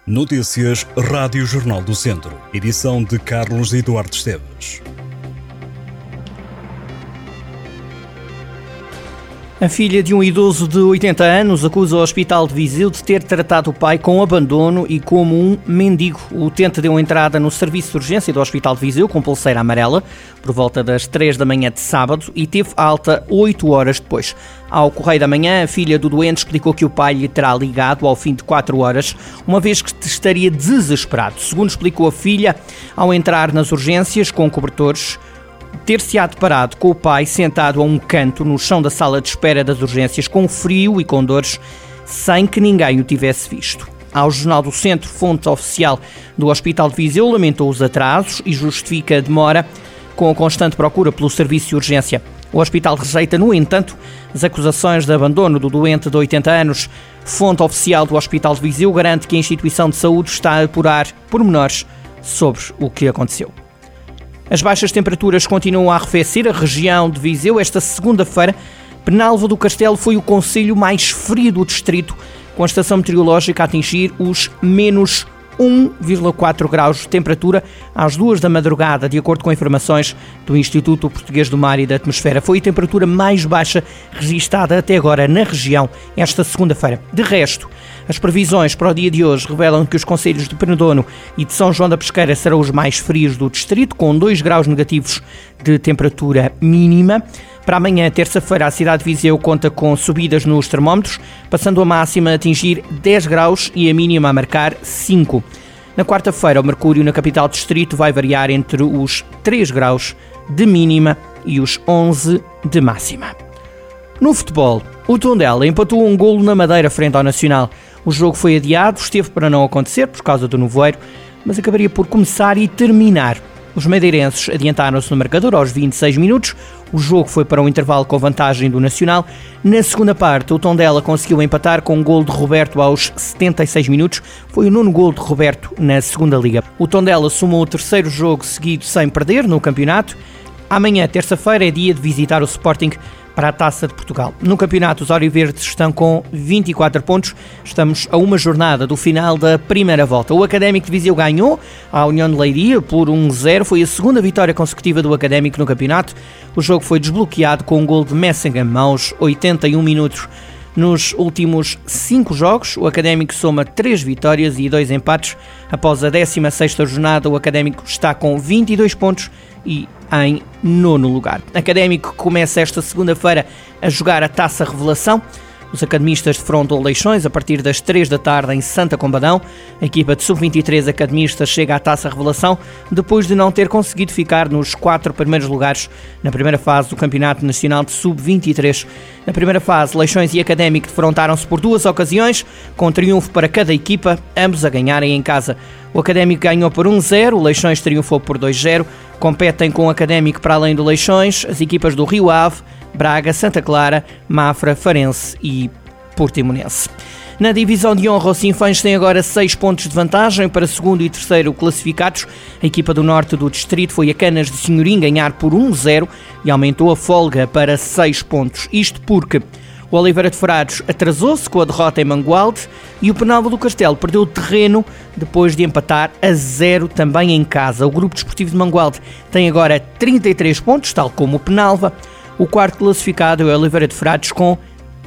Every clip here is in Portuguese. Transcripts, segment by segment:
Notícias Rádio Jornal do Centro. Edição de Carlos Eduardo Esteves. A filha de um idoso de 80 anos acusa o Hospital de Viseu de ter tratado o pai com abandono e como um mendigo. O utente deu entrada no serviço de urgência do Hospital de Viseu com pulseira amarela por volta das 3 da manhã de sábado e teve alta 8 horas depois. Ao Correio da Manhã, a filha do doente explicou que o pai lhe terá ligado ao fim de 4 horas, uma vez que estaria desesperado. Segundo explicou a filha, ao entrar nas urgências com cobertores, ter-se-á deparado com o pai sentado a um canto no chão da sala de espera das urgências com frio e com dores, sem que ninguém o tivesse visto. Ao Jornal do Centro, fonte oficial do Hospital de Viseu lamentou os atrasos e justifica a demora com a constante procura pelo serviço de urgência. O hospital rejeita, no entanto, as acusações de abandono do doente de 80 anos. Fonte oficial do Hospital de Viseu garante que a instituição de saúde está a apurar pormenores sobre o que aconteceu. As baixas temperaturas continuam a arrefecer a região de Viseu. Esta segunda-feira, Penalva do Castelo foi o concelho mais frio do distrito, com a estação meteorológica a atingir os menos 1,4 graus de temperatura às 2 da madrugada, de acordo com informações do Instituto Português do Mar e da Atmosfera. Foi a temperatura mais baixa registada até agora na região esta segunda-feira. De resto, as previsões para o dia de hoje revelam que os concelhos de Penedono e de São João da Pesqueira serão os mais frios do distrito, com 2 graus negativos de temperatura mínima. Para amanhã, terça-feira, a cidade de Viseu conta com subidas nos termómetros, passando a máxima a atingir 10 graus e a mínima a marcar 5. Na quarta-feira, o mercúrio na capital do distrito vai variar entre os 3 graus de mínima e os 11 de máxima. No futebol, o Tondela empatou um golo na Madeira frente ao Nacional. O jogo foi adiado, esteve para não acontecer por causa do nevoeiro, mas acabaria por começar e terminar. Os madeirenses adiantaram-se no marcador aos 26 minutos. O jogo foi para um intervalo com vantagem do Nacional. Na segunda parte, o Tondela conseguiu empatar com um golo de Roberto aos 76 minutos. Foi o 9º golo de Roberto na segunda liga. O Tondela somou o 3º jogo seguido sem perder no campeonato. Amanhã, terça-feira, é dia de visitar o Sporting para a Taça de Portugal. No campeonato, os Auriverdes estão com 24 pontos. Estamos a uma jornada do final da primeira volta. O Académico de Viseu ganhou à União de Leiria por 1-0. Foi a segunda vitória consecutiva do Académico no campeonato. O jogo foi desbloqueado com um gol de Messingham aos 81 minutos. Nos últimos 5 jogos, o Académico soma 3 vitórias e 2 empates. Após a 16ª jornada, o Académico está com 22 pontos e em 9º lugar. O Académico começa esta segunda-feira a jogar a Taça Revelação. Os academistas defrontam Leixões a partir das 3 da tarde em Santa Combadão. A equipa de sub-23 academistas chega à Taça Revelação depois de não ter conseguido ficar nos 4 primeiros lugares na primeira fase do Campeonato Nacional de Sub-23. Na primeira fase, Leixões e Académico defrontaram-se por 2 ocasiões, com triunfo para cada equipa, ambos a ganharem em casa. O Académico ganhou por 1-0, o Leixões triunfou por 2-0. Competem com o Académico para além do Leixões as equipas do Rio Ave, Braga, Santa Clara, Mafra, Farense e Portimonense. Na divisão de honra, os Sinfãs têm agora 6 pontos de vantagem para segundo e terceiro classificados. A equipa do norte do distrito foi a Canas de Senhorim ganhar por 1-0 e aumentou a folga para 6 pontos. Isto porque o Oliveira de Frades atrasou-se com a derrota em Mangualde e o Penalva do Castelo perdeu o terreno depois de empatar a 0 também em casa. O Grupo Desportivo de Mangualde tem agora 33 pontos, tal como o Penalva. O quarto classificado é o Oliveira de Frades com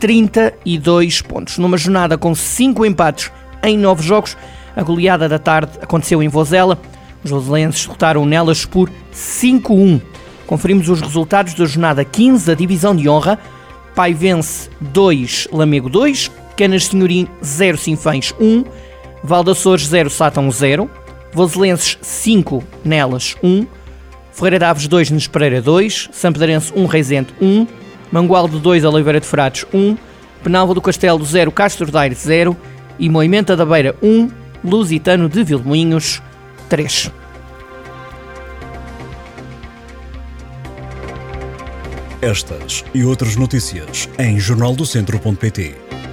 32 pontos. Numa jornada com 5 empates em 9 jogos, a goleada da tarde aconteceu em Vozela. Os voselenses derrotaram o Nelas por 5-1. Conferimos os resultados da jornada 15 da divisão de honra. Paivense 2, Lamego 2, Canas de Senhorim 0, Sinfãs 1, Val de Açores 0, Sátão 0, Voselenses 5, Nelas 1, Ferreira de Aves 2, Nes Pereira 2, Sampedrense 1, Reisente 1, Mangualde 2, Oliveira de Frades 1, Penalva do Castelo 0, Castro Daire 0 e Moimenta da Beira 1, Lusitano de Vilmoinhos 3. Estas e outras notícias em jornaldocentro.pt.